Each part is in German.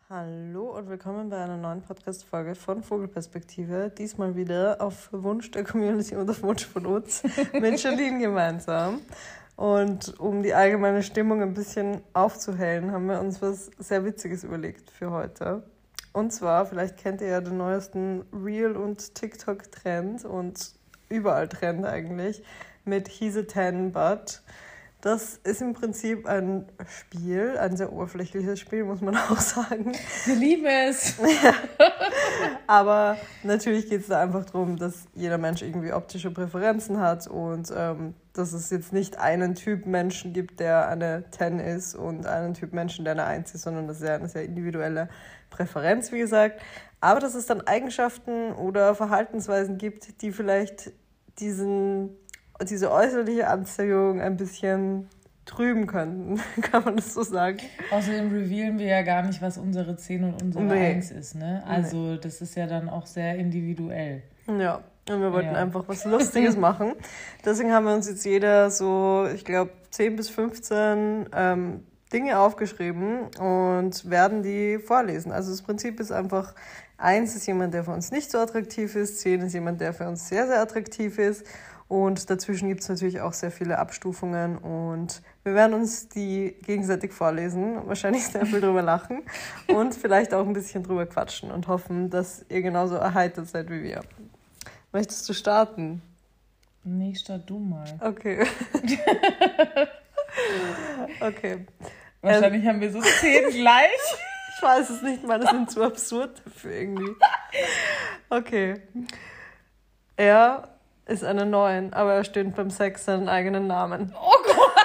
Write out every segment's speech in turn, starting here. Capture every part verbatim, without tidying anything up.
Hallo und willkommen bei einer neuen Podcast-Folge von Vogelperspektive. Diesmal wieder auf Wunsch der Community und auf Wunsch von uns mit Charlene gemeinsam. Und um die allgemeine Stimmung ein bisschen aufzuhellen, haben wir uns was sehr Witziges überlegt für heute. Und zwar, vielleicht kennt ihr ja den neuesten Reel- und TikTok-Trend und überall Trend eigentlich mit He's a Ten But. Das ist im Prinzip ein Spiel, ein sehr oberflächliches Spiel, muss man auch sagen. Wir lieben es. Ja. Aber natürlich geht es da einfach darum, dass jeder Mensch irgendwie optische Präferenzen hat und ähm, dass es jetzt nicht einen Typ Menschen gibt, der eine zehn ist und einen Typ Menschen, der eine eins ist, sondern das ist ja eine sehr individuelle Präferenz, wie gesagt. Aber dass es dann Eigenschaften oder Verhaltensweisen gibt, die vielleicht diesen... diese äußerliche Anziehung ein bisschen trüben könnten, kann man das so sagen. Außerdem revealen wir ja gar nicht, was unsere zehn und unsere nee. eins ist, ne? Also nee. Das ist ja dann auch sehr individuell. Ja, und wir wollten ja. einfach was Lustiges machen. Deswegen haben wir uns jetzt jeder so, ich glaube, zehn bis fünfzehn ähm, Dinge aufgeschrieben und werden die vorlesen. Also das Prinzip ist einfach, eins ist jemand, der für uns nicht so attraktiv ist, zehn ist jemand, der für uns sehr, sehr attraktiv ist. Und dazwischen gibt es natürlich auch sehr viele Abstufungen und wir werden uns die gegenseitig vorlesen, wahrscheinlich sehr viel drüber lachen und vielleicht auch ein bisschen drüber quatschen und hoffen, dass ihr genauso erheitert seid wie wir. Möchtest du starten? Nee, start du mal. Okay. Okay. Wahrscheinlich ähm, haben wir so zehn gleich. Ich weiß es nicht mal, das sind zu absurd dafür irgendwie. Okay. Er... ist eine neun, aber er stöhnt beim Sex seinen eigenen Namen. Oh Gott!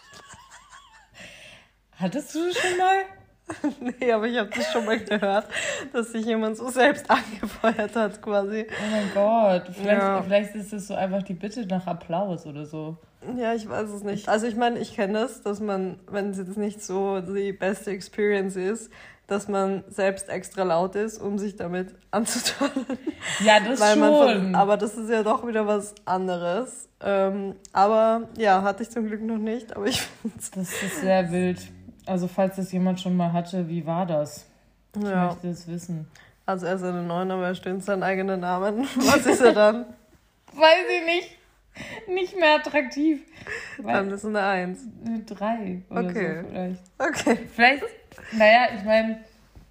Hattest du das schon mal? Nee, aber ich habe das schon mal gehört, dass sich jemand so selbst angefeuert hat quasi. Oh mein Gott, vielleicht, ja. vielleicht ist das so einfach die Bitte nach Applaus oder so. Ja, ich weiß es nicht. Also ich meine, ich kenne das, dass man, wenn es jetzt nicht so die beste Experience ist, dass man selbst extra laut ist, um sich damit anzutönen. Ja, das Weil schon. Man, aber das ist ja doch wieder was anderes. Ähm, aber ja, hatte ich zum Glück noch nicht, aber ich finde es... Das ist sehr wild. Also falls das jemand schon mal hatte, wie war das? Ich ja. möchte es wissen. Also er ist eine neun, aber er stöhnt seinen eigenen Namen. Was ist er dann? Weiß ich nicht. Nicht mehr attraktiv. Dann ist es eine eins. Eine drei oder okay. so vielleicht. Okay. Vielleicht, naja, ich meine...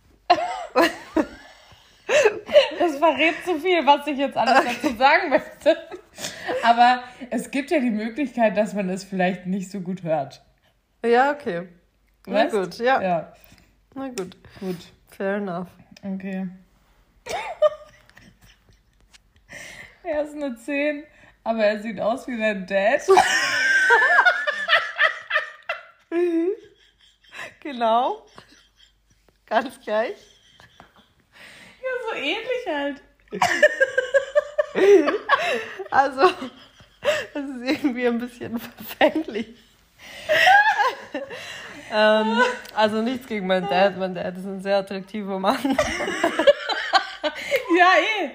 Das verrät zu viel, was ich jetzt alles dazu sagen möchte. Aber es gibt ja die Möglichkeit, dass man es vielleicht nicht so gut hört. Ja, okay. Weißt? Na gut, ja. ja. Na gut. Gut. Fair enough. Okay. Er ist eine zehn, aber er sieht aus wie dein Dad. Genau. Ganz gleich. Ja, so ähnlich halt. Also, das ist irgendwie ein bisschen verfänglich. ähm, also nichts gegen meinen Dad. Mein Dad ist ein sehr attraktiver Mann. Ja, eh.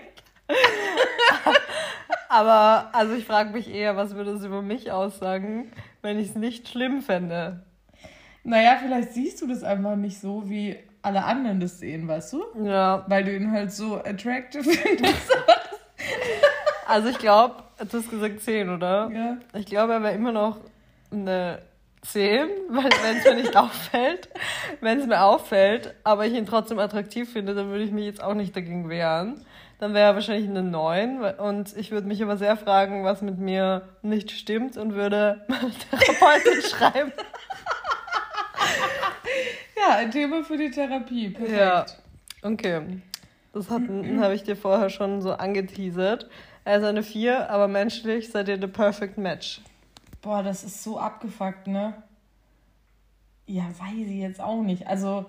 Aber also ich frage mich eher, was würde das über mich aussagen, wenn ich es nicht schlimm fände? Naja, vielleicht siehst du das einfach nicht so, wie alle anderen das sehen, weißt du? Ja. Weil du ihn halt so attractive findest. Also ich glaube, du hast gesagt zehn, oder? Ja. Ich glaube, er wäre immer noch eine zehn, weil wenn es mir nicht auffällt, wenn es mir auffällt, aber ich ihn trotzdem attraktiv finde, dann würde ich mich jetzt auch nicht dagegen wehren. Dann wäre er wahrscheinlich eine neun und ich würde mich aber sehr fragen, was mit mir nicht stimmt und würde meine Therapeutin schreiben. Ja, ein Thema für die Therapie. Perfekt. Ja, okay. Das habe ich dir vorher schon so angeteasert. Er ist eine vier, aber menschlich seid ihr the perfect match. Boah, das ist so abgefuckt, ne? Ja, weiß ich jetzt auch nicht. Also,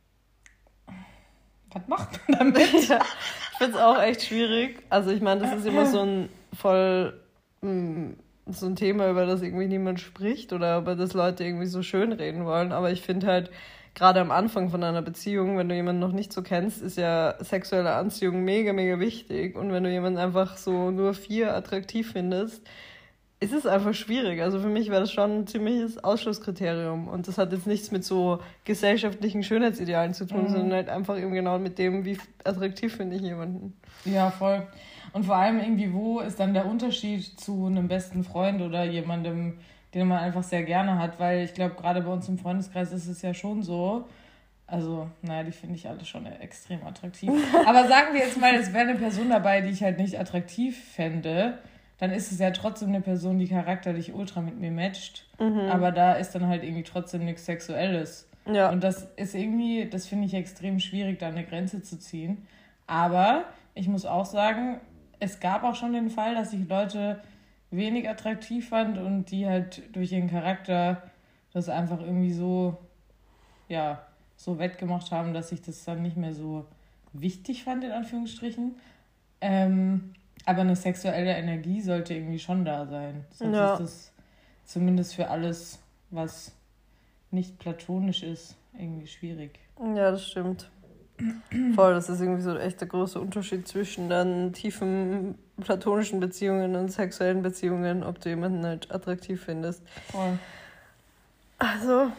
was macht man damit? Ja, ich finde es auch echt schwierig. Also ich meine, das ist immer so ein voll mh, so ein Thema, über das irgendwie niemand spricht oder über das Leute irgendwie so schön reden wollen. Aber ich finde halt, gerade am Anfang von einer Beziehung, wenn du jemanden noch nicht so kennst, ist ja sexuelle Anziehung mega, mega wichtig. Und wenn du jemanden einfach so nur vier attraktiv findest, es ist einfach schwierig. Also für mich wäre das schon ein ziemliches Ausschlusskriterium. Und das hat jetzt nichts mit so gesellschaftlichen Schönheitsidealen zu tun, mhm. sondern halt einfach eben genau mit dem, wie attraktiv finde ich jemanden. Ja, voll. Und vor allem irgendwie, wo ist dann der Unterschied zu einem besten Freund oder jemandem, den man einfach sehr gerne hat? Weil ich glaube, gerade bei uns im Freundeskreis ist es ja schon so, also, naja, die finde ich alle schon extrem attraktiv. Aber sagen wir jetzt mal, es wäre eine Person dabei, die ich halt nicht attraktiv fände, dann ist es ja trotzdem eine Person, die charakterlich ultra mit mir matcht. Mhm. Aber da ist dann halt irgendwie trotzdem nichts Sexuelles. Ja. Und das ist irgendwie, das finde ich extrem schwierig, da eine Grenze zu ziehen. Aber ich muss auch sagen, es gab auch schon den Fall, dass ich Leute wenig attraktiv fand und die halt durch ihren Charakter das einfach irgendwie so, ja, so wettgemacht haben, dass ich das dann nicht mehr so wichtig fand, in Anführungsstrichen. Ähm, aber eine sexuelle Energie sollte irgendwie schon da sein. Sonst ja. ist das zumindest für alles, was nicht platonisch ist, irgendwie schwierig. Ja, das stimmt. Voll, das ist irgendwie so echt der große Unterschied zwischen dann tiefen platonischen Beziehungen und sexuellen Beziehungen, ob du jemanden halt attraktiv findest. Voll. Also...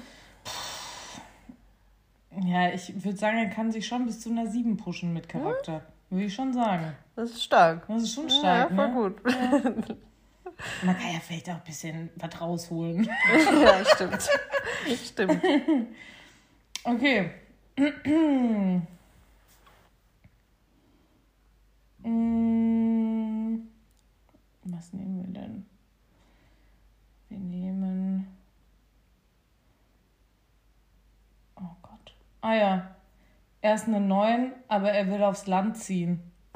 Ja, ich würde sagen, er kann sich schon bis zu einer sieben pushen mit Charakter. Hm? Würde ich schon sagen. Das ist stark. Das ist schon stark, ja, voll ne? gut. Ja. Man kann ja vielleicht auch ein bisschen was rausholen. Ja, stimmt. Stimmt. Okay. Was nehmen wir denn? Wir nehmen... Oh Gott. Ah ja. Er ist eine neun, aber er will aufs Land ziehen.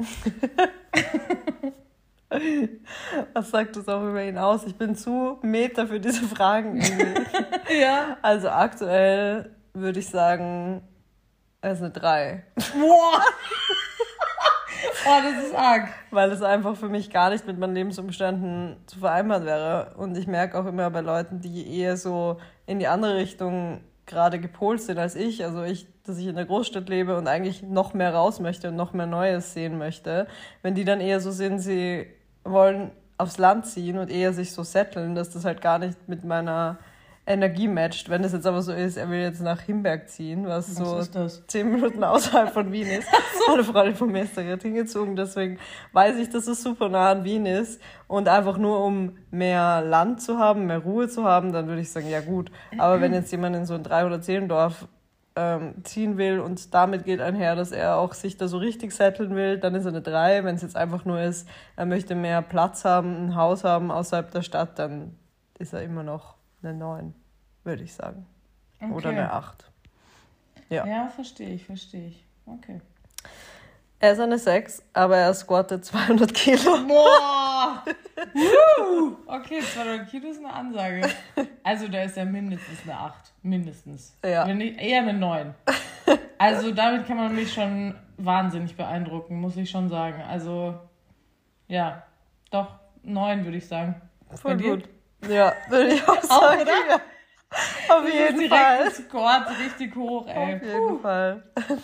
Was sagt das auch über ihn aus? Ich bin zu Meta für diese Fragen irgendwie. Ja. Also aktuell würde ich sagen, er ist eine drei. Boah! Oh, das ist arg. Weil es einfach für mich gar nicht mit meinen Lebensumständen zu vereinbaren wäre. Und ich merke auch immer bei Leuten, die eher so in die andere Richtung gerade gepolt sind als ich, also ich, dass ich in der Großstadt lebe und eigentlich noch mehr raus möchte und noch mehr Neues sehen möchte, wenn die dann eher so sind, sie wollen aufs Land ziehen und eher sich so setteln, dass das halt gar nicht mit meiner Energie matcht. Wenn es jetzt aber so ist, er will jetzt nach Himberg ziehen, was, was so zehn Minuten außerhalb von Wien ist. So. Eine Freundin von mir ist da gerade hingezogen, deswegen weiß ich, dass es super nah an Wien ist und einfach nur um mehr Land zu haben, mehr Ruhe zu haben, dann würde ich sagen, ja gut. Aber wenn jetzt jemand in so ein dreihundertzehn-Dorf ähm, ziehen will und damit geht einher, dass er auch sich da so richtig setteln will, dann ist er eine drei. Wenn es jetzt einfach nur ist, er möchte mehr Platz haben, ein Haus haben außerhalb der Stadt, dann ist er immer noch eine neun, würde ich sagen. Okay. Oder eine acht. Ja, ja, verstehe ich, verstehe ich. Okay. Er ist eine sechs, aber er squattet zweihundert Kilo. Boah! Okay, zweihundert Kilo ist eine Ansage. Also da ist er mindestens eine acht. Mindestens. Ja. Wenn nicht, eher eine neun. Also damit kann man mich schon wahnsinnig beeindrucken, muss ich schon sagen. Also, ja, doch, neun würde ich sagen. Voll gut. Ja, würde ich auch sagen. Auch, ja. Auf das jeden ist Fall. Direkt Squat richtig hoch, ey. Auf jeden Puh. Fall.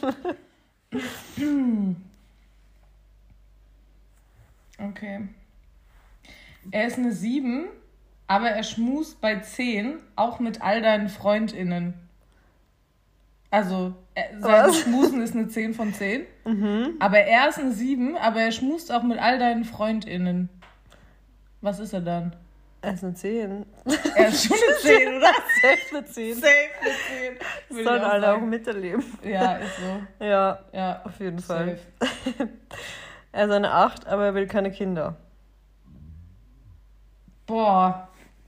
Okay. Er ist eine sieben, aber er schmust bei zehn, auch mit all deinen FreundInnen. Also, er, sein Was? Schmusen ist eine zehn von zehn. Mhm. Aber er ist eine sieben, aber er schmust auch mit all deinen FreundInnen. Was ist er dann? Er ist eine zehn. Er ist schon eine zehn, oder? Safe eine zehn. Safe eine zehn. Sollen alle sagen. Auch miterleben. Ja, ist so. Ja, ja auf jeden Fall. Safe. Er ist eine acht, aber er will keine Kinder. Boah.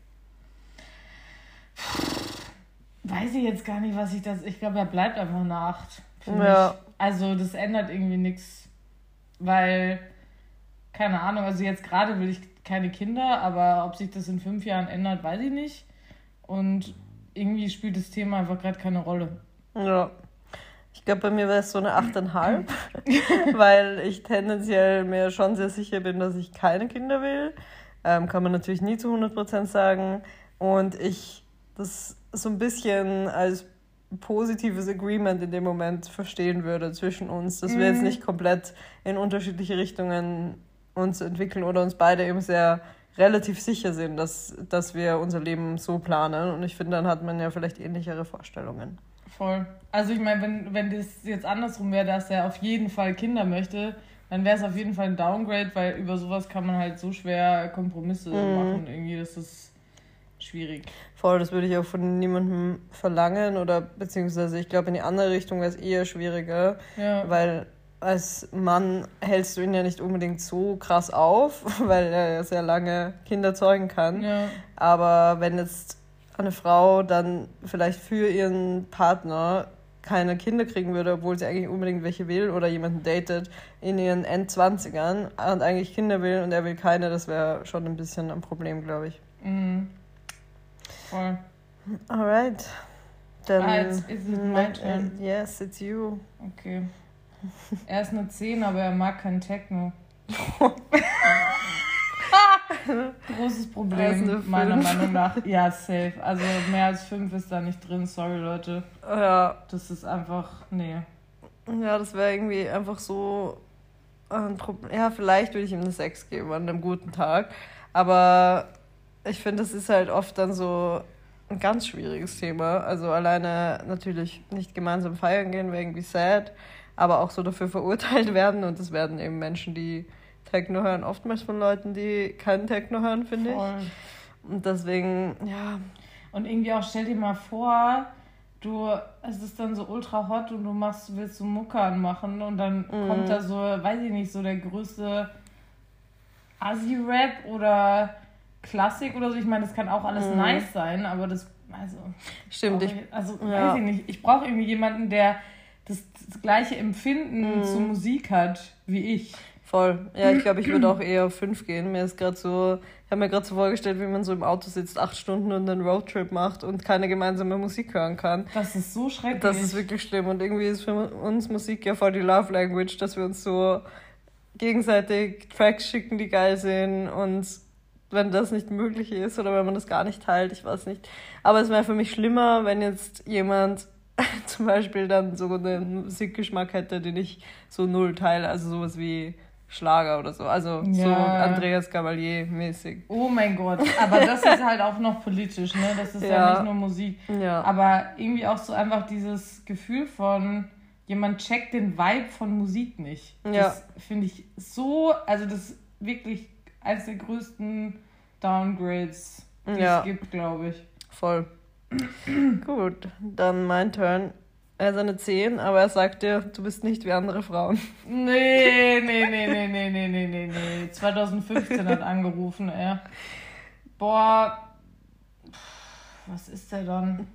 Weiß ich jetzt gar nicht, was ich das... Ich glaube, er bleibt einfach eine acht. Ja. Also, das ändert irgendwie nichts. Weil, keine Ahnung, also jetzt gerade will ich keine Kinder, aber ob sich das in fünf Jahren ändert, weiß ich nicht. Und irgendwie spielt das Thema einfach gerade keine Rolle. Ja. Ich glaube, bei mir wäre es so eine acht Komma fünf, weil ich tendenziell mir schon sehr sicher bin, dass ich keine Kinder will. Ähm, kann man natürlich nie zu hundert Prozent sagen. Und ich das so ein bisschen als positives Agreement in dem Moment verstehen würde zwischen uns, dass mhm. wir jetzt nicht komplett in unterschiedliche Richtungen uns entwickeln oder uns beide eben sehr relativ sicher sind, dass, dass wir unser Leben so planen. Und ich finde, dann hat man ja vielleicht ähnlichere Vorstellungen. Voll. Also ich meine, wenn, wenn das jetzt andersrum wäre, dass er auf jeden Fall Kinder möchte, dann wäre es auf jeden Fall ein Downgrade, weil über sowas kann man halt so schwer Kompromisse mhm. machen. Irgendwie, das ist schwierig. Voll, das würde ich auch von niemandem verlangen oder beziehungsweise ich glaube, in die andere Richtung wäre es eher schwieriger, ja. weil als Mann hältst du ihn ja nicht unbedingt so krass auf, weil er ja sehr lange Kinder zeugen kann. Ja. Aber wenn jetzt eine Frau dann vielleicht für ihren Partner keine Kinder kriegen würde, obwohl sie eigentlich unbedingt welche will oder jemanden datet in ihren Endzwanzigern und eigentlich Kinder will und er will keine, das wäre schon ein bisschen ein Problem, glaube ich. Mhm. Voll. Alright. Then, ah, jetzt ist es mein Turn. Yes, it's you. Okay. Er ist eine zehn, aber er mag kein Techno. Großes Problem, meiner Meinung nach. Ja, safe. Also mehr als fünf ist da nicht drin, sorry Leute. Ja. Das ist einfach, nee. Ja, das wäre irgendwie einfach so ein Problem. Ja, vielleicht würde ich ihm eine sechs geben an einem guten Tag. Aber ich finde, das ist halt oft dann so ein ganz schwieriges Thema. Also alleine natürlich nicht gemeinsam feiern gehen wäre irgendwie sad, aber auch so dafür verurteilt werden. Und das werden eben Menschen, die Techno hören, oftmals von Leuten, die keinen Techno hören, finde ich. Und deswegen, ja. Und irgendwie auch, stell dir mal vor, du, es ist dann so ultra hot und du machst, willst so Mucke anmachen und dann mm. kommt da so, weiß ich nicht, so der größte Assi-Rap oder Klassik oder so. Ich meine, das kann auch alles mm. nice sein, aber das, also... Stimmt. Ich, also, ja. weiß ich nicht. Ich brauche irgendwie jemanden, der das, das gleiche Empfinden mm. zur Musik hat, wie ich. Voll. Ja, ich glaube, ich würde auch eher auf fünf gehen. Mir ist gerade so, ich habe mir gerade so vorgestellt, wie man so im Auto sitzt, acht Stunden und einen Roadtrip macht und keine gemeinsame Musik hören kann. Das ist so schrecklich. Das ist wirklich schlimm. Und irgendwie ist für uns Musik ja voll die Love Language, dass wir uns so gegenseitig Tracks schicken, die geil sind. Und wenn das nicht möglich ist oder wenn man das gar nicht teilt, ich weiß nicht. Aber es wäre für mich schlimmer, wenn jetzt jemand zum Beispiel dann so einen Musikgeschmack hätte, den ich so null teile. Also sowas wie Schlager oder so. Also ja. so Andreas Gabalier-mäßig. Oh mein Gott. Aber das ist halt auch noch politisch, ne? Das ist ja, ja nicht nur Musik. Ja. Aber irgendwie auch so einfach dieses Gefühl von, jemand checkt den Vibe von Musik nicht. Ja. Das finde ich so, also das ist wirklich eines der größten Downgrades, die ja. es gibt, glaube ich. Voll. Gut, dann mein Turn. Er ist eine zehn, aber er sagt dir, du bist nicht wie andere Frauen. Nee, nee, nee, nee, nee, nee, nee, nee, nee. zwanzig fünfzehn hat angerufen, ey. Boah, was ist der dann?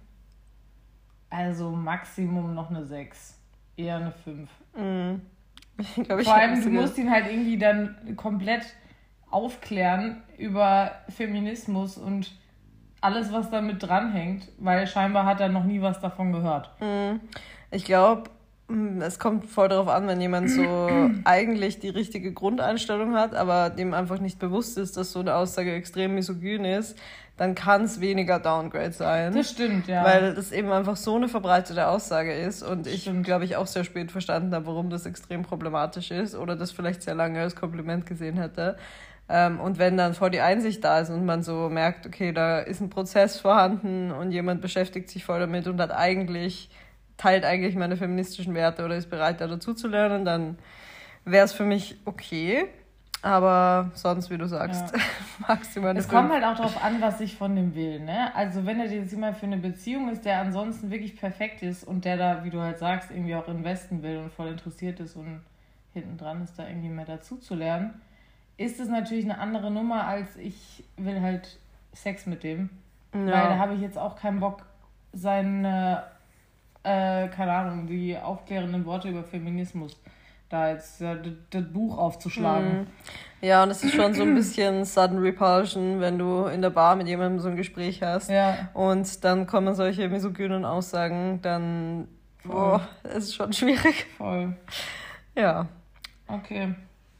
Also Maximum noch eine sechs. Eher eine fünf. Mm. Ich glaub, ich Vor allem, du musst ihn halt irgendwie dann komplett aufklären über Feminismus und alles, was damit dranhängt, weil scheinbar hat er noch nie was davon gehört. Ich glaube, es kommt voll darauf an, wenn jemand so eigentlich die richtige Grundeinstellung hat, aber dem einfach nicht bewusst ist, dass so eine Aussage extrem misogyn ist, dann kann es weniger Downgrade sein. Das stimmt, ja. Weil das eben einfach so eine verbreitete Aussage ist und ich, glaube ich, auch sehr spät verstanden habe, warum das extrem problematisch ist oder das vielleicht sehr lange als Kompliment gesehen hätte. Ähm, und wenn dann voll die Einsicht da ist und man so merkt, okay, da ist ein Prozess vorhanden und jemand beschäftigt sich voll damit und hat eigentlich, teilt eigentlich meine feministischen Werte oder ist bereit, da dazu zu lernen, dann wäre es für mich okay. Aber sonst, wie du sagst, ja. maximal eine Es kommt halt auch darauf an, was ich von dem will, ne? Also wenn er jetzt jemand für eine Beziehung ist, der ansonsten wirklich perfekt ist und der da, wie du halt sagst, irgendwie auch investen will und voll interessiert ist und hinten dran ist, da irgendwie mehr dazu zu lernen, ist es natürlich eine andere Nummer, als ich will halt Sex mit dem. Ja. Weil da habe ich jetzt auch keinen Bock, seine, äh, keine Ahnung, die aufklärenden Worte über Feminismus da jetzt äh, das, das Buch aufzuschlagen. Ja, und es ist schon so ein bisschen Sudden Repulsion, wenn du in der Bar mit jemandem so ein Gespräch hast ja. und dann kommen solche misogynen Aussagen, dann boah, es ist schon schwierig. Voll. Ja. Okay.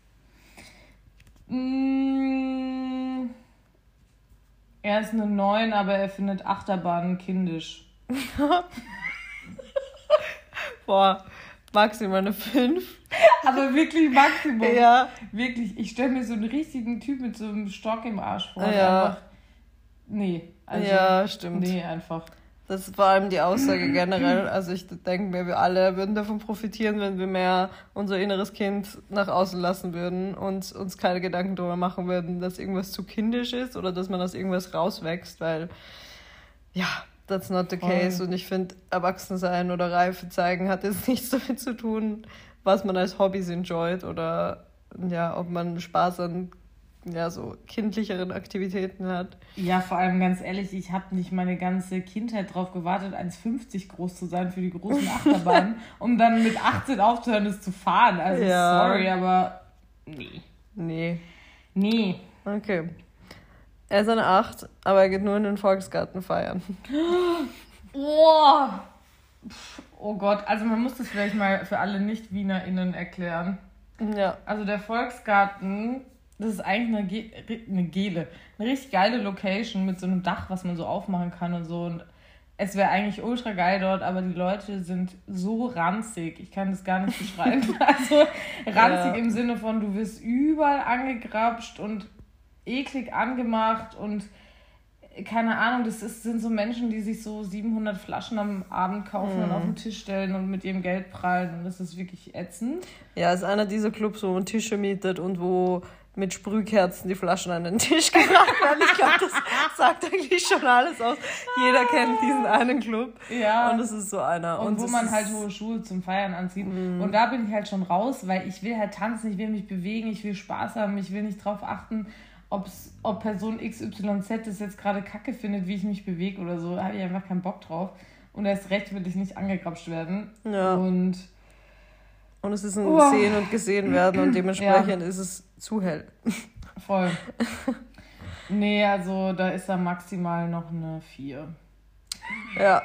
Mm, er ist eine neun, aber er findet Achterbahnen kindisch. Boah, maximal eine fünf. Aber wirklich Maximum. Ja. Wirklich, ich stelle mir so einen richtigen Typ mit so einem Stock im Arsch vor. Ja. Einfach, nee. Also, ja, stimmt. Nee, einfach. Das ist vor allem die Aussage generell. Also ich denke mir, wir alle würden davon profitieren, wenn wir mehr unser inneres Kind nach außen lassen würden und uns keine Gedanken darüber machen würden, dass irgendwas zu kindisch ist oder dass man aus irgendwas rauswächst, weil ja, that's not the case. Und ich finde, Erwachsensein oder Reife zeigen hat jetzt nichts damit zu tun, was man als Hobbys enjoyt oder ja, ob man Spaß an ja, so kindlicheren Aktivitäten hat. Ja, vor allem ganz ehrlich, ich habe nicht meine ganze Kindheit drauf gewartet, eins Komma fünfzig groß zu sein für die großen Achterbahnen, um dann mit achtzehn aufzuhören, es zu fahren. Also ja. Sorry, aber nee. Nee. Nee. Okay. Er ist eine acht, aber er geht nur in den Volksgarten feiern. Oh. Oh Gott, also man muss das vielleicht mal für alle Nicht-WienerInnen erklären. Ja. Also der Volksgarten... Das ist eigentlich eine, Ge- eine Gele, eine richtig geile Location mit so einem Dach, was man so aufmachen kann und so. Und es wäre eigentlich ultra geil dort, aber die Leute sind so ranzig. Ich kann das gar nicht beschreiben. Also ranzig ja. Im Sinne von, du wirst überall angegrapscht und eklig angemacht und keine Ahnung, das ist, sind so Menschen, die sich so siebenhundert Flaschen am Abend kaufen mm. und auf den Tisch stellen und mit ihrem Geld prallen und das ist wirklich ätzend. Ja, es ist einer dieser Clubs, wo man Tische mietet und wo mit Sprühkerzen die Flaschen an den Tisch gebracht werden. Ich glaube, das sagt eigentlich schon alles aus. Jeder kennt diesen einen Club. Ja. Und es ist so einer. Und, und wo man halt hohe Schuhe zum Feiern anzieht. Mm. Und da bin ich halt schon raus, weil ich will halt tanzen, ich will mich bewegen, ich will Spaß haben, ich will nicht drauf achten, ob's, ob Person X Y Z das jetzt gerade kacke findet, wie ich mich bewege oder so. Da habe ich einfach keinen Bock drauf. Und erst recht will ich nicht angegrapscht werden. Ja. Und Und es ist ein oh. Sehen und Gesehen werden und dementsprechend ja. ist es zu hell. Voll. Nee, also da ist da maximal noch eine vier. Ja.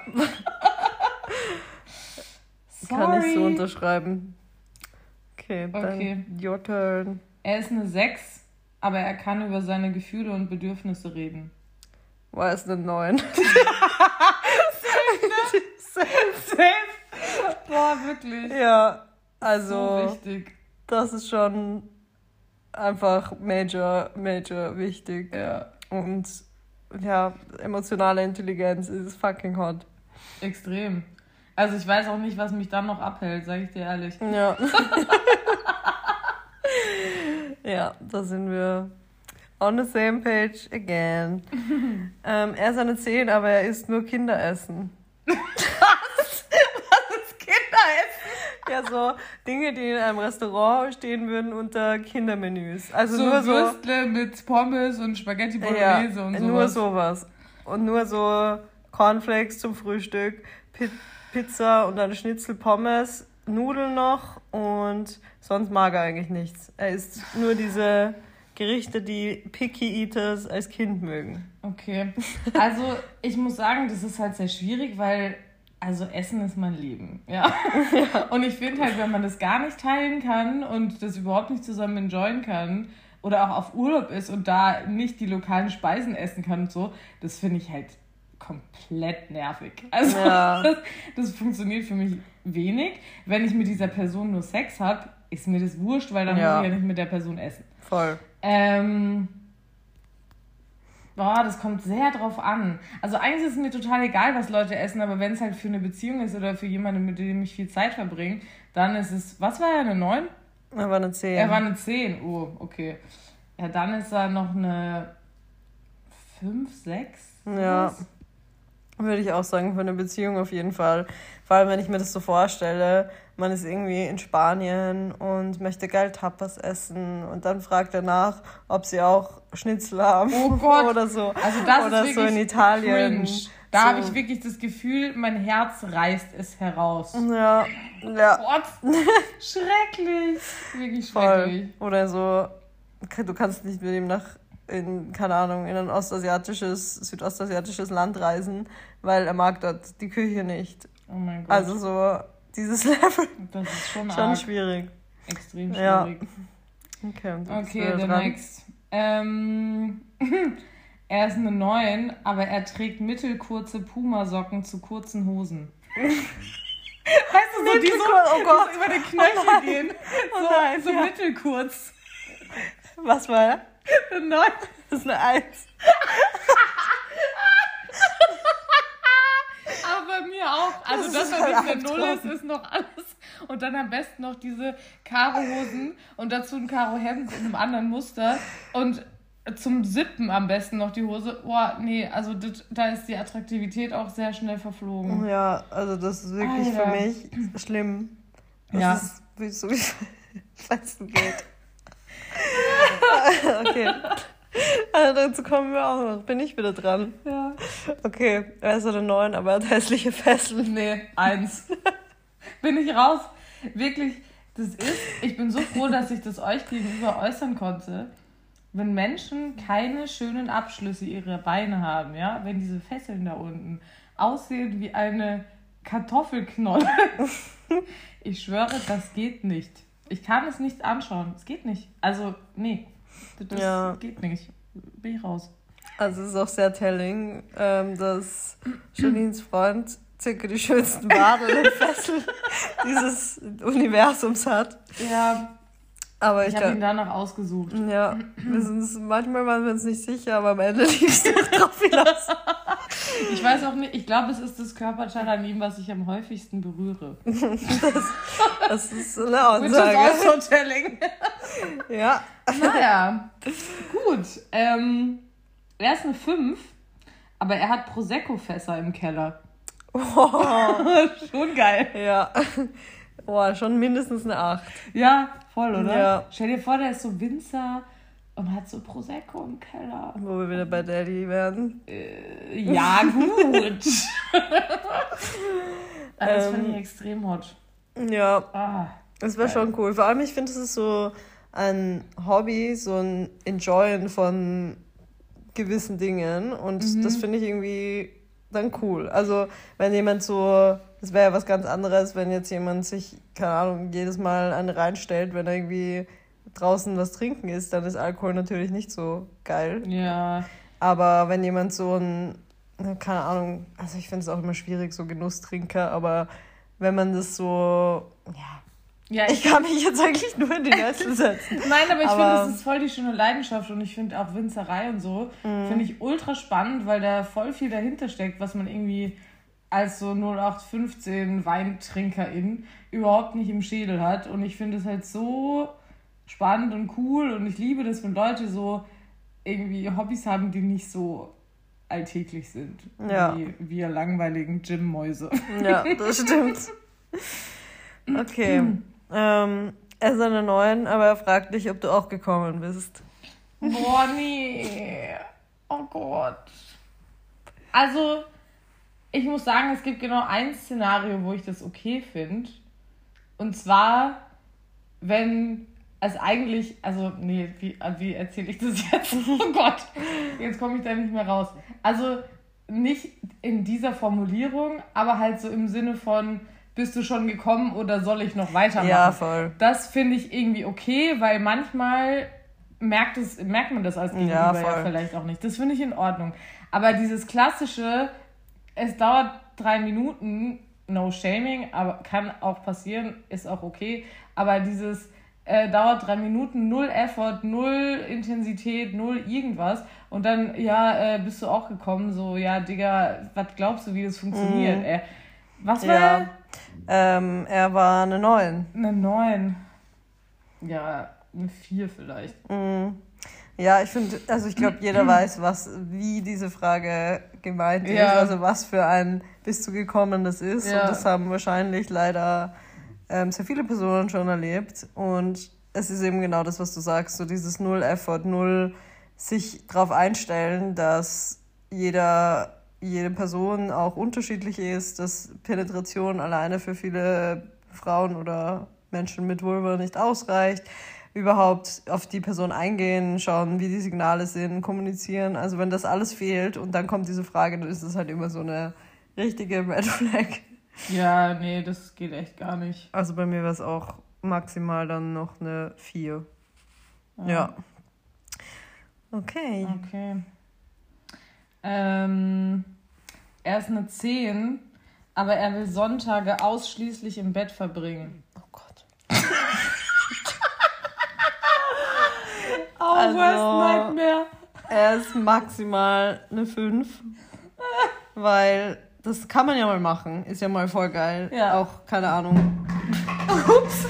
Kann ich so unterschreiben. Okay, dann okay. Your turn. Er ist eine sechs, aber er kann über seine Gefühle und Bedürfnisse reden. War es eine neun? Safe, safe. Boah, wirklich. Ja. Also, so wichtig. Das ist schon einfach major, major wichtig. Ja. Und ja, emotionale Intelligenz ist fucking hot. Extrem. Also ich weiß auch nicht, was mich dann noch abhält, sage ich dir ehrlich. Ja. Ja, da sind wir on the same page again. ähm, er ist eine zehn, aber er isst nur Kinderessen. Ja, so Dinge, die in einem Restaurant stehen würden unter Kindermenüs. Also so nur so Würstle mit Pommes und Spaghetti Bolognese ja, und sowas. Nur sowas. Und nur so Cornflakes zum Frühstück, P- Pizza und dann Schnitzel, Pommes, Nudeln noch und sonst mag er eigentlich nichts. Er isst nur diese Gerichte, die Picky Eaters als Kind mögen. Okay. Also ich muss sagen, das ist halt sehr schwierig, weil also Essen ist mein Leben, ja. ja. Und ich finde halt, wenn man das gar nicht teilen kann und das überhaupt nicht zusammen enjoyen kann oder auch auf Urlaub ist und da nicht die lokalen Speisen essen kann und so, das finde ich halt komplett nervig. Also ja. das, das funktioniert für mich wenig. Wenn ich mit dieser Person nur Sex habe, ist mir das wurscht, weil dann ja. muss ich ja nicht mit der Person essen. Voll. Ähm... Boah, das kommt sehr drauf an. Also eigentlich ist es mir total egal, was Leute essen, aber wenn es halt für eine Beziehung ist oder für jemanden, mit dem ich viel Zeit verbringe, dann ist es, was war er, eine neun? Er war eine zehn. Er war eine zehn, oh, okay. Ja, dann ist er noch eine fünf, sechs? Ja, würde ich auch sagen, für eine Beziehung auf jeden Fall. Vor allem, wenn ich mir das so vorstelle, man ist irgendwie in Spanien und möchte geil Tapas essen und dann fragt er nach, ob sie auch Schnitzel haben oh Gott. oder so. Also das oder ist so in Italien. Cringe. Da so. habe ich wirklich das Gefühl, mein Herz reißt es heraus. Ja, ja. Gott, schrecklich. Wirklich schrecklich. Voll. Oder so, du kannst nicht mit ihm nach, in, keine Ahnung, in ein ostasiatisches, südostasiatisches Land reisen, weil er mag dort die Küche nicht. Oh mein Gott. Also so dieses Level. Das ist schon, schon arg. schwierig. Extrem schwierig. Ja. Okay, okay the next. Ähm, er ist eine neun, aber er trägt mittelkurze Puma-Socken zu kurzen Hosen. Weißt du, so die so, oh Gott. die so über den Knöchel Oh nein. gehen. Oh So, nein, so ja. mittelkurz. Was war er? Nein. Das ist eine Eins. Aber bei mir auch. Also Das das, ist was halt nicht eine Null ist, Albtraum. ist noch alles. Und dann am besten noch diese Karo-Hosen und dazu ein Karo-Hemd in einem anderen Muster. Und zum Sippen am besten noch die Hose. Boah, nee, also das, da ist die Attraktivität auch sehr schnell verflogen. Ja, also das ist wirklich Alter. für mich schlimm. Das Ja. ist wie so wie Fetzen geht. Okay. Also dazu kommen wir auch noch. Bin ich wieder dran? Ja. Okay, er ist eine neun, aber er hat hässliche Fesseln. Nee, eins. Bin ich raus. Wirklich, das ist, ich bin so froh, dass ich das euch gegenüber äußern konnte. Wenn Menschen keine schönen Abschlüsse ihrer Beine haben, ja, wenn diese Fesseln da unten aussehen wie eine Kartoffelknolle, ich schwöre, das geht nicht. Ich kann es nicht anschauen. Es geht nicht. Also, nee, das Ja. geht nicht. Bin ich raus. Also es ist auch sehr telling, ähm, dass Janines Freund circa die schönsten Wadeln und Fesseln dieses Universums hat. Ja, Aber ich ich habe ihn glaube, danach ausgesucht. ja, wir sind uns, manchmal waren wir uns nicht sicher, aber am Ende lief es doch drauf hinaus. Ich weiß auch nicht, ich glaube, es ist das Körperteil an ihm, was ich am häufigsten berühre. Das ist eine Which is Aussage. also telling. Ja. Naja, gut. Ähm, er ist eine fünf, aber er hat Prosecco-Fässer im Keller. Oh, Schon geil. ja. Boah, schon mindestens eine acht. Ja, voll, oder? Ja. Stell dir vor, der ist so Winzer und hat so Prosecco im Keller. Wo wir wieder bei Daddy werden. Äh, ja, gut. Also das finde ich Ähm, extrem hot. Ja, Ah, das wäre geil. schon cool. Vor allem, ich finde, es ist so ein Hobby, so ein Enjoyen von gewissen Dingen. Und Mhm. das finde ich irgendwie dann cool. Also, wenn jemand so, das wäre ja was ganz anderes, wenn jetzt jemand sich, keine Ahnung, jedes Mal eine reinstellt, wenn er irgendwie draußen was trinken ist, dann ist Alkohol natürlich nicht so geil. Ja, Aber wenn jemand so ein, na, keine Ahnung, also ich finde es auch immer schwierig, so Genusstrinker, aber wenn man das so, ja, ja, ich kann mich jetzt eigentlich nur in die Sessel setzen. Nein, aber ich Aber- finde, es ist voll die schöne Leidenschaft und ich finde auch Winzerei und so, Mhm. finde ich ultra spannend, weil da voll viel dahinter steckt, was man irgendwie als so null acht fünfzehn Weintrinkerin überhaupt nicht im Schädel hat. Und ich finde es halt so spannend und cool und ich liebe das, wenn Leute so irgendwie Hobbys haben, die nicht so alltäglich sind. Ja. Wie wir langweiligen Gym-Mäuse. Ja, das stimmt. Okay. Ähm, er ist eine neun, aber er fragt dich, ob du auch gekommen bist. Boah, nee. Oh Gott. Also, ich muss sagen, es gibt genau ein Szenario, wo ich das okay finde. Und zwar, wenn es eigentlich, also, nee, wie, wie erzähle ich das jetzt? Oh Gott, jetzt komme ich da nicht mehr raus. Also, nicht in dieser Formulierung, aber halt so im Sinne von, bist du schon gekommen oder soll ich noch weitermachen? Ja, voll. Das finde ich irgendwie okay, weil manchmal merkt, es, merkt man das als Gegenüber Ja, ja, voll. vielleicht auch nicht. Das finde ich in Ordnung. Aber dieses klassische, es dauert drei Minuten, no shaming, aber kann auch passieren, ist auch okay. Aber dieses äh, dauert drei Minuten, null Effort, null Intensität, null irgendwas. Und dann, ja, äh, bist du auch gekommen, so, ja, Digga, was glaubst du, wie das funktioniert? Mhm. Äh, was war Ja. Ähm, er war eine neun. eine neun? Ja, eine vier vielleicht. Mhm. Ja, ich finde, also ich glaube, jeder weiß, was, wie diese Frage gemeint ist. Ja. Also was für ein bist du gekommen das ist. Ja. Und das haben wahrscheinlich leider ähm, sehr viele Personen schon erlebt. Und es ist eben genau das, was du sagst, so dieses Null-Effort, null sich darauf einstellen, dass jeder, jede Person auch unterschiedlich ist, dass Penetration alleine für viele Frauen oder Menschen mit Vulva nicht ausreicht. Überhaupt auf die Person eingehen, schauen, wie die Signale sind, kommunizieren. Also wenn das alles fehlt und dann kommt diese Frage, dann ist es halt immer so eine richtige Red Flag. Ja, nee, das geht echt gar nicht. Also bei mir war es auch maximal dann noch eine vier. Ja. Okay. Okay. Ähm, er ist eine zehn, aber er will Sonntage ausschließlich im Bett verbringen. Oh Gott. Oh, also, worst nightmare. Er ist maximal eine fünf, weil das kann man ja mal machen. Ist ja mal voll geil. Ja. Auch, keine Ahnung. Ups.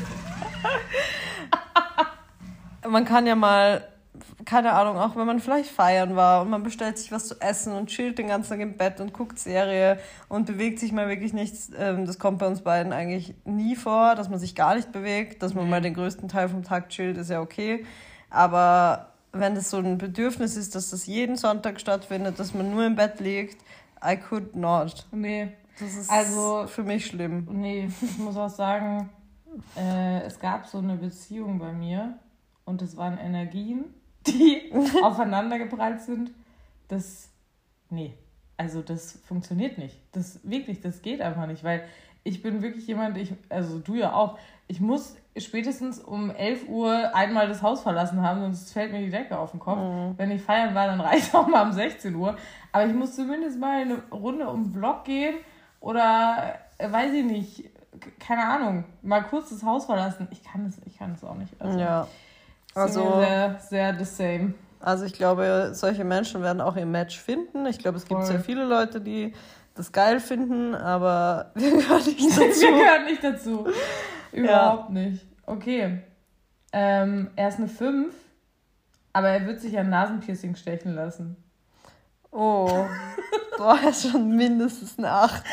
Man kann ja mal, keine Ahnung, auch wenn man vielleicht feiern war und man bestellt sich was zu essen und chillt den ganzen Tag im Bett und guckt Serie und bewegt sich mal wirklich nichts. Das kommt bei uns beiden eigentlich nie vor, dass man sich gar nicht bewegt. Dass man mal den größten Teil vom Tag chillt, ist ja okay. Aber wenn das so ein Bedürfnis ist, dass das jeden Sonntag stattfindet, dass man nur im Bett liegt, I could not. Nee. Das ist also, für mich schlimm. Nee, ich muss auch sagen, äh, es gab so eine Beziehung bei mir und es waren Energien, die aufeinander geprallt sind. Das, nee, also das funktioniert nicht. Das wirklich, das geht einfach nicht, weil ich bin wirklich jemand, ich, also du ja auch, ich muss spätestens um elf Uhr einmal das Haus verlassen haben, sonst fällt mir die Decke auf den Kopf. Mhm. Wenn ich feiern war, dann reicht auch mal um sechzehn Uhr. Aber ich muss zumindest mal eine Runde um den Block gehen oder, äh, weiß ich nicht, keine Ahnung, mal kurz das Haus verlassen. Ich kann das, ich kann das auch nicht. Also, ja. Also sehr, sehr the same. Also ich glaube, solche Menschen werden auch ihr Match finden. Ich glaube, es gibt Voll. sehr viele Leute, die das geil finden, aber wir gehören nicht dazu. wir gehören nicht dazu. Überhaupt ja. nicht. Okay. Ähm, er ist eine fünf, aber er wird sich ein Nasenpiercing stechen lassen. Oh. Boah, er ist schon mindestens eine acht.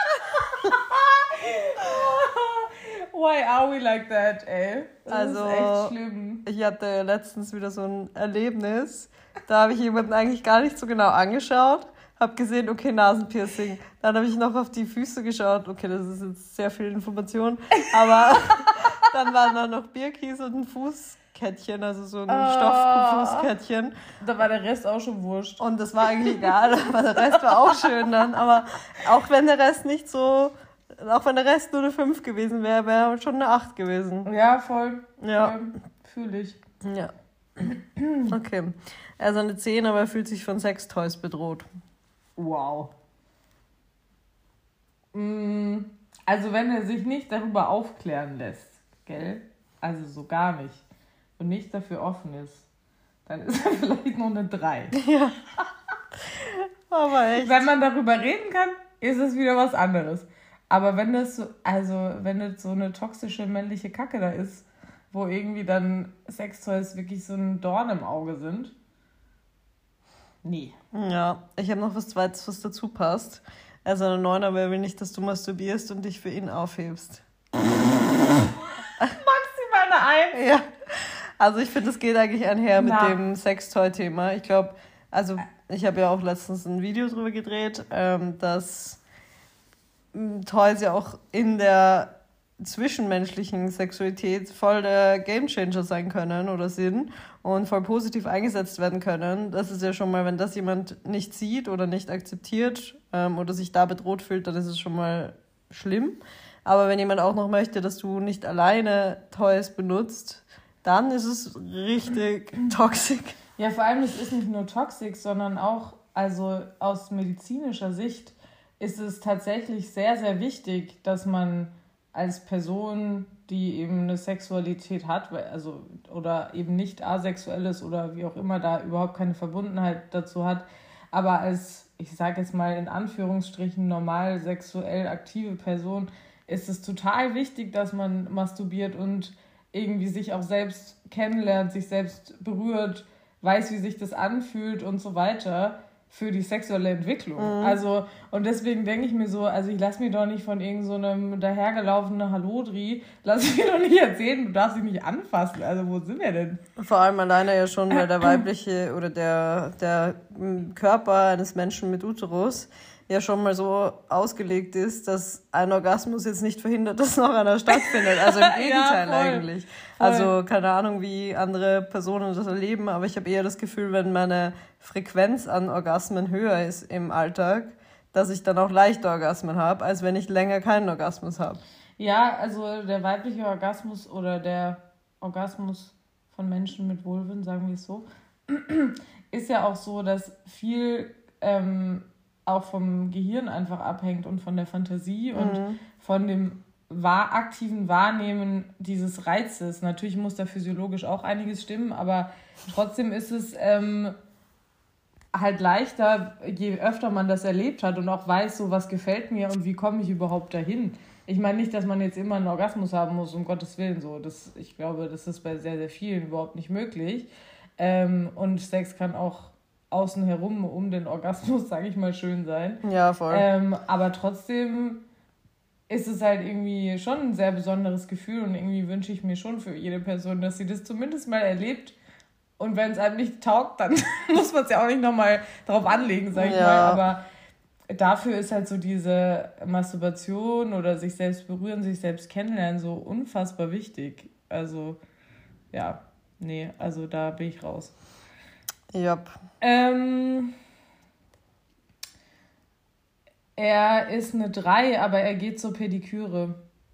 Why are we like that, ey? Das also, ist echt schlimm. Ich hatte letztens wieder so ein Erlebnis. Da habe ich jemanden eigentlich gar nicht so genau angeschaut. Habe gesehen, okay, Nasenpiercing. Dann habe ich noch auf die Füße geschaut. Okay, das ist jetzt sehr viel Information. Aber dann waren da noch Birkis und ein Fußkettchen, also so ein oh. Stofffußkettchen. Da war der Rest auch schon wurscht. Und das war eigentlich egal, aber der Rest war auch schön dann. Aber auch wenn der Rest nicht so... Auch wenn der Rest nur eine fünf gewesen wäre, wäre schon eine acht gewesen. Ja, voll. Ja. Ähm, fühle ich. Ja. Okay. Er ist eine zehn, aber er fühlt sich von Sextoys bedroht. Wow. Also wenn er sich nicht darüber aufklären lässt, gell? Also so gar nicht. Und nicht dafür offen ist, dann ist er vielleicht noch eine drei. Ja. Aber echt. Wenn man darüber reden kann, ist es wieder was anderes. Aber wenn das so, also wenn das so eine toxische männliche Kacke da ist, wo irgendwie dann Sextoys wirklich so ein Dorn im Auge sind, nee. Ja, ich habe noch was Zweites, was dazu passt. Also eine neun, aber er will nicht, dass du masturbierst und dich für ihn aufhebst. Maximal eine eins. Ja, also ich finde, das geht eigentlich einher mit Na. dem Sextoy-Thema. Ich glaube, also ich habe ja auch letztens ein Video drüber gedreht, ähm, dass Toys ja auch in der zwischenmenschlichen Sexualität voll der Gamechanger sein können oder sind und voll positiv eingesetzt werden können. Das ist ja schon mal, wenn das jemand nicht sieht oder nicht akzeptiert ähm, oder sich da bedroht fühlt, dann ist es schon mal schlimm. Aber wenn jemand auch noch möchte, dass du nicht alleine Toys benutzt, dann ist es richtig toxisch. Ja, vor allem, es ist nicht nur toxisch, sondern auch, also aus medizinischer Sicht, ist es tatsächlich sehr, sehr wichtig, dass man als Person, die eben eine Sexualität hat, also oder eben nicht asexuell ist oder wie auch immer, da überhaupt keine Verbundenheit dazu hat, aber als, ich sage jetzt mal in Anführungsstrichen, normal sexuell aktive Person, ist es total wichtig, dass man masturbiert und irgendwie sich auch selbst kennenlernt, sich selbst berührt, weiß, wie sich das anfühlt und so weiter, für die sexuelle Entwicklung. Mhm. Also, und deswegen denke ich mir so, also ich lass mir doch nicht von irgend so einem dahergelaufenen Hallodri, lass ich mir doch nicht erzählen, du darfst dich nicht anfassen. Also, wo sind wir denn? Vor allem alleine ja schon, weil der weibliche oder der, der Körper eines Menschen mit Uterus ja schon mal so ausgelegt ist, dass ein Orgasmus jetzt nicht verhindert, dass noch einer stattfindet. Also im Gegenteil ja, eigentlich. Voll. Also keine Ahnung, wie andere Personen das erleben, aber ich habe eher das Gefühl, wenn meine Frequenz an Orgasmen höher ist im Alltag, dass ich dann auch leichte Orgasmen habe, als wenn ich länger keinen Orgasmus habe. Ja, also der weibliche Orgasmus oder der Orgasmus von Menschen mit Vulven, sagen wir es so, ist ja auch so, dass viel... Ähm, auch vom Gehirn einfach abhängt und von der Fantasie mhm. und von dem wahr, aktiven Wahrnehmen dieses Reizes. Natürlich muss da physiologisch auch einiges stimmen, aber trotzdem ist es ähm, halt leichter, je öfter man das erlebt hat und auch weiß, so was gefällt mir und wie komme ich überhaupt dahin. Ich meine nicht, dass man jetzt immer einen Orgasmus haben muss, um Gottes Willen. So. Das, ich glaube, das ist bei sehr, sehr vielen überhaupt nicht möglich. Ähm, und Sex kann auch außen herum um den Orgasmus, sage ich mal, schön sein. Ja, voll. Ähm, aber trotzdem ist es halt irgendwie schon ein sehr besonderes Gefühl und irgendwie wünsche ich mir schon für jede Person, dass sie das zumindest mal erlebt. Und wenn es einem nicht taugt, dann muss man es ja auch nicht nochmal drauf anlegen, sag ich ja. mal. Aber dafür ist halt so diese Masturbation oder sich selbst berühren, sich selbst kennenlernen so unfassbar wichtig. Also, ja, nee, also da bin ich raus. Yep. Ähm, er ist eine drei, aber er geht zur Pediküre.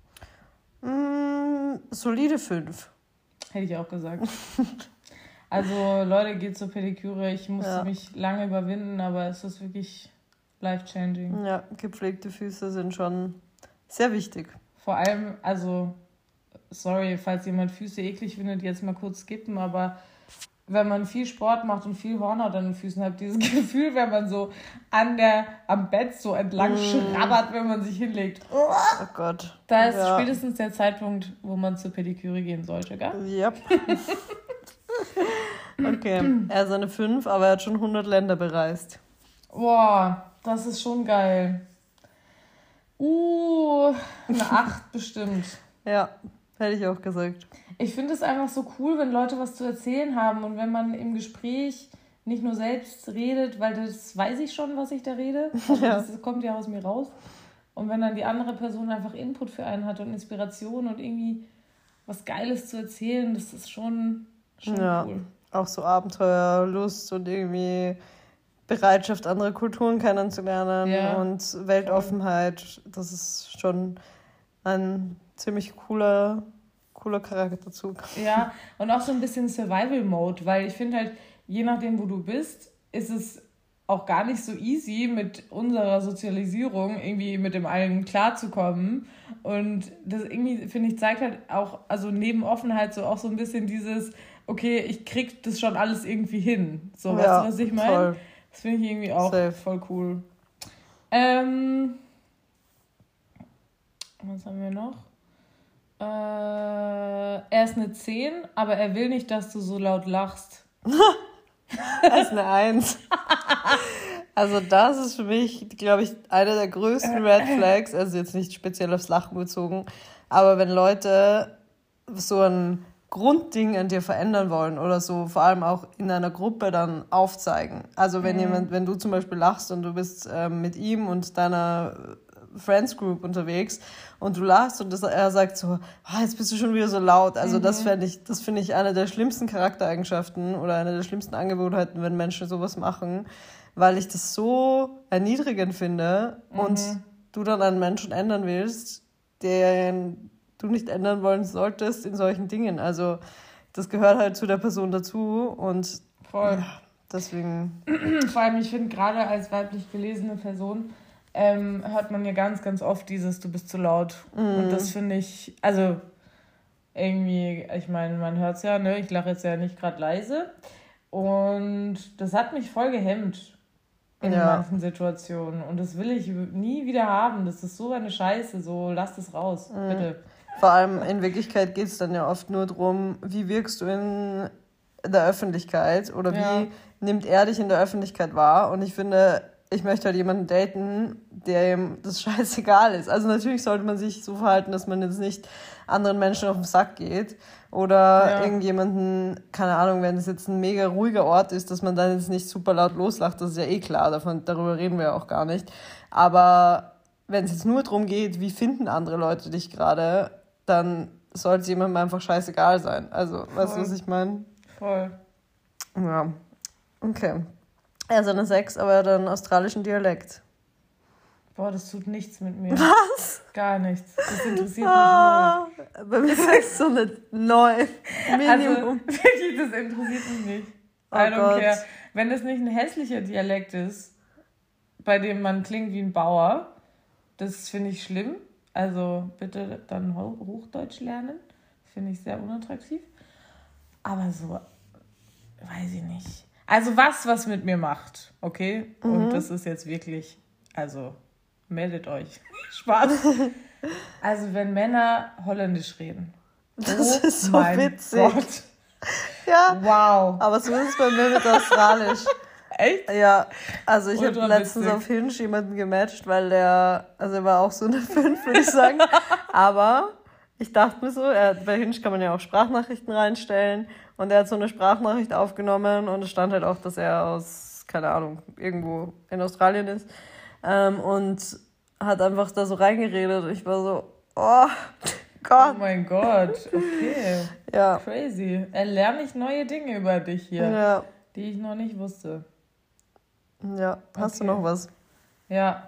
Mm, solide fünf. Hätte ich auch gesagt. Also, Leute, geht zur Pediküre. Ich musste ja. mich lange überwinden, aber es ist wirklich life-changing. Ja, gepflegte Füße sind schon sehr wichtig. Vor allem, also, sorry, falls jemand Füße eklig findet, jetzt mal kurz skippen, aber wenn man viel Sport macht und viel Hornhaut an den Füßen hat, dieses Gefühl, wenn man so an der, am Bett so entlang mm. schrabbert, wenn man sich hinlegt. Oh Gott. Da ist ja. spätestens der Zeitpunkt, wo man zur Pediküre gehen sollte, gell? Yep. Okay, er ist eine fünf, aber er hat schon hundert Länder bereist. Boah, das ist schon geil. Uh, eine acht bestimmt. Ja, hätte ich auch gesagt. Ich finde es einfach so cool, wenn Leute was zu erzählen haben und wenn man im Gespräch nicht nur selbst redet, weil das weiß ich schon, was ich da rede. Also ja. Das kommt ja aus mir raus. Und wenn dann die andere Person einfach Input für einen hat und Inspiration und irgendwie was Geiles zu erzählen, das ist schon, schon ja. cool. Auch so Abenteuer, Lust und irgendwie Bereitschaft, andere Kulturen kennenzulernen ja. und Weltoffenheit. Das ist schon ein ziemlich cooler, cooler Charakterzug. Ja, und auch so ein bisschen Survival-Mode, weil ich finde halt, je nachdem, wo du bist, ist es auch gar nicht so easy, mit unserer Sozialisierung irgendwie mit dem allen klarzukommen. Und das irgendwie, finde ich, zeigt halt auch, also neben Offenheit so auch so ein bisschen dieses, okay, ich krieg das schon alles irgendwie hin. So, ja, weißt du, was ich meine? Das finde ich irgendwie auch Safe. Voll cool. Ähm, was haben wir noch? Äh, er ist eine zehn, aber er will nicht, dass du so laut lachst. Das ist eine eins. Also das ist für mich, glaube ich, eine der größten Red Flags, also jetzt nicht speziell aufs Lachen bezogen, aber wenn Leute so ein Grundding an dir verändern wollen oder so, vor allem auch in einer Gruppe dann aufzeigen. Also wenn mhm. jemand, wenn du zum Beispiel lachst und du bist äh, mit ihm und deiner Friends Group unterwegs und du lachst und das, er sagt so, oh, jetzt bist du schon wieder so laut. Also mhm. das finde ich, das finde ich eine der schlimmsten Charaktereigenschaften oder eine der schlimmsten Angewohnheiten, wenn Menschen sowas machen, weil ich das so erniedrigend finde mhm. und du dann einen Menschen ändern willst, den du nicht ändern wollen solltest in solchen Dingen. Also das gehört halt zu der Person dazu und voll. Ja, deswegen. Vor allem, ich finde, gerade als weiblich gelesene Person ähm, hört man ja ganz, ganz oft dieses, du bist zu laut. Mm. Und das finde ich, also irgendwie, ich meine, man hört es ja, ne? Ich lache jetzt ja nicht gerade leise. Und das hat mich voll gehemmt in ja. manchen Situationen. Und das will ich nie wieder haben. Das ist so eine Scheiße. So, lass das raus, mm. bitte. Vor allem in Wirklichkeit geht es dann ja oft nur darum, wie wirkst du in der Öffentlichkeit oder wie ja. nimmt er dich in der Öffentlichkeit wahr. Und ich finde, ich möchte halt jemanden daten, der ihm das scheißegal ist. Also natürlich sollte man sich so verhalten, dass man jetzt nicht anderen Menschen auf den Sack geht oder ja. irgendjemanden, keine Ahnung, wenn es jetzt ein mega ruhiger Ort ist, dass man dann jetzt nicht super laut loslacht, das ist ja eh klar, davon, darüber reden wir ja auch gar nicht. Aber wenn es jetzt nur darum geht, wie finden andere Leute dich gerade, dann sollte es jemandem einfach scheißegal sein. Also, voll. Weißt du, was ich meine? Voll. Ja, okay. Er ist eine sechs, aber er hat einen australischen Dialekt. Boah, das tut nichts mit mir. Was? Gar nichts. Das interessiert ah, mich null. Bei mir sagst du eine neun. Minimum. Also, wirklich, das interessiert mich nicht. I oh don't Gott. care. Wenn das nicht ein hässlicher Dialekt ist, bei dem man klingt wie ein Bauer. Das finde ich schlimm. Also bitte dann Hochdeutsch lernen. Das finde ich sehr unattraktiv. Aber so, weiß ich nicht. Also was, was mit mir macht, okay? Mhm. Und das ist jetzt wirklich, also meldet euch. Spaß. Also wenn Männer Holländisch reden. Das oh ist so mein witzig. Gott. Ja. Wow. Aber so ist es bei mir mit Australisch. Echt? Ja, also ich habe letztens witzig. auf Hinge jemanden gematcht, weil der, also er war auch so eine fünf, würde ich sagen. Aber ich dachte mir so, er, bei Hinge kann man ja auch Sprachnachrichten reinstellen. Und er hat so eine Sprachnachricht aufgenommen und es stand halt auch, dass er aus, keine Ahnung, irgendwo in Australien ist. Ähm, und hat einfach da so reingeredet und ich war so, oh Gott. Oh mein Gott, okay. Ja. Crazy. Er lerne ich neue Dinge über dich hier, Ja. die ich noch nicht wusste. Ja, hast Okay. du noch was? Ja.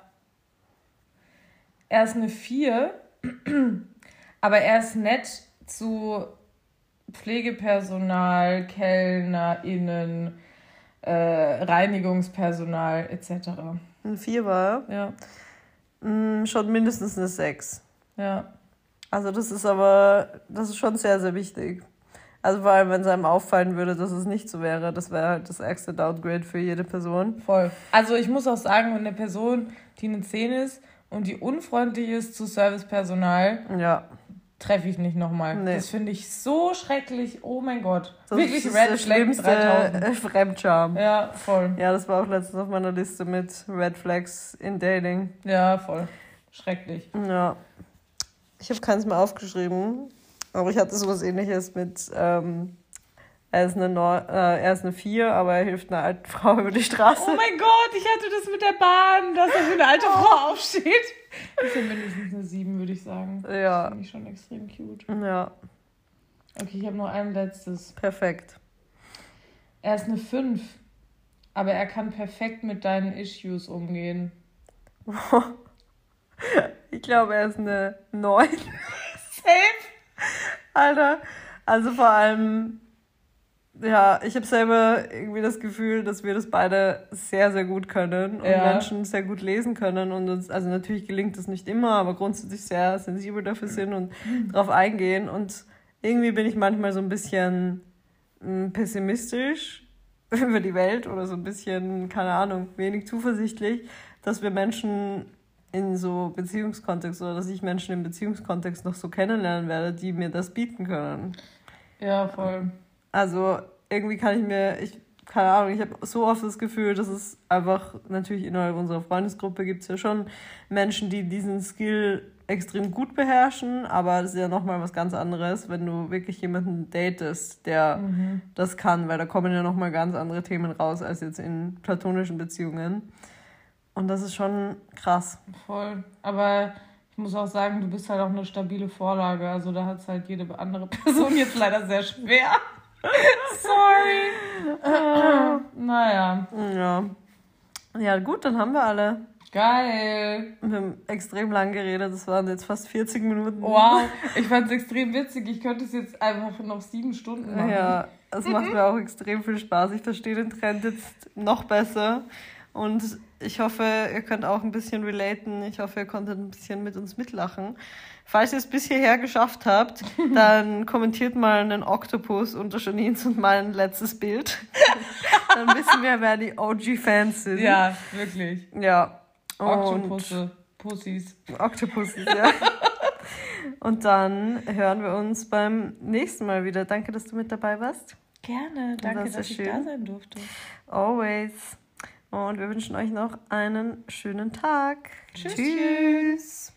Er ist eine vier, aber er ist nett zu Pflegepersonal, KellnerInnen, äh, Reinigungspersonal et cetera. Ein vier war Ja, er. Mm, schon mindestens eine sechs. ja. Also das ist aber, das ist schon sehr, sehr wichtig. Also vor allem, wenn es einem auffallen würde, dass es nicht so wäre, das wäre halt das ärgste Downgrade für jede Person. Voll. Also ich muss auch sagen, wenn eine Person, die eine zehn ist und die unfreundlich ist zu Servicepersonal, Ja. treffe ich nicht nochmal. Nee. Das finde ich so schrecklich. Oh mein Gott. Das Wirklich ist Red der Flag schlimmste dreitausend. äh, Fremdscham. Ja, voll. Ja, das war auch letztens auf meiner Liste mit Red Flags in Dating. Ja, voll. Schrecklich. Ja. Ich habe keins mehr aufgeschrieben, aber ich hatte sowas ähnliches mit, ähm, er ist eine Neu- äh, er ist eine vier, aber er hilft einer alten Frau über die Straße. Oh mein Gott, ich hatte das mit der Bahn, dass er für eine alte Frau aufsteht. Ich bin mindestens eine sieben, würde ich sagen. Ja. Das finde ich schon extrem cute. Ja, Okay, ich habe noch ein letztes. perfekt. Er ist eine fünf, aber er kann perfekt mit deinen Issues umgehen. Ich glaube, er ist eine neun. Safe? Alter. Also vor allem, ja, ich habe selber irgendwie das Gefühl, dass wir das beide sehr, sehr gut können und Ja. Menschen sehr gut lesen können und uns, also natürlich gelingt das nicht immer, aber grundsätzlich sehr sensibel dafür sind und drauf eingehen und irgendwie bin ich manchmal so ein bisschen mh, pessimistisch über die Welt oder so ein bisschen, keine Ahnung, wenig zuversichtlich, dass wir Menschen in so Beziehungskontext oder dass ich Menschen im Beziehungskontext noch so kennenlernen werde, die mir das bieten können. Ja, voll. Also irgendwie kann ich mir, ich keine Ahnung, ich habe so oft das Gefühl, dass es einfach, natürlich innerhalb unserer Freundesgruppe gibt es ja schon Menschen, die diesen Skill extrem gut beherrschen, aber das ist ja nochmal was ganz anderes, wenn du wirklich jemanden datest, der Mhm. das kann, weil da kommen ja nochmal ganz andere Themen raus als jetzt in platonischen Beziehungen. Und das ist schon krass. Voll. Aber ich muss auch sagen, du bist halt auch eine stabile Vorlage. Also da hat es halt jede andere Person jetzt leider sehr schwer. Sorry. Naja. Ja. Ja, gut, dann haben wir alle. Geil. Wir haben extrem lang geredet, das waren jetzt fast vierzig Minuten. Wow. Ich fand es extrem witzig. Ich könnte es jetzt einfach noch sieben Stunden machen. Ja, es macht mir auch extrem viel Spaß. Ich verstehe den Trend jetzt noch besser. Und ich hoffe, ihr könnt auch ein bisschen relaten. Ich hoffe, ihr konntet ein bisschen mit uns mitlachen. Falls ihr es bis hierher geschafft habt, dann kommentiert mal einen Oktopus unter Janines und mein letztes Bild. Dann wissen wir, wer die O G-Fans sind. Ja, wirklich. Ja. Oktopusse. Pussys. Octopuses, ja. Und dann hören wir uns beim nächsten Mal wieder. Danke, dass du mit dabei warst. Gerne. Danke, Das ist dass ich schön. da sein durfte. Always. Und wir wünschen euch noch einen schönen Tag. Tschüss. Tschüss.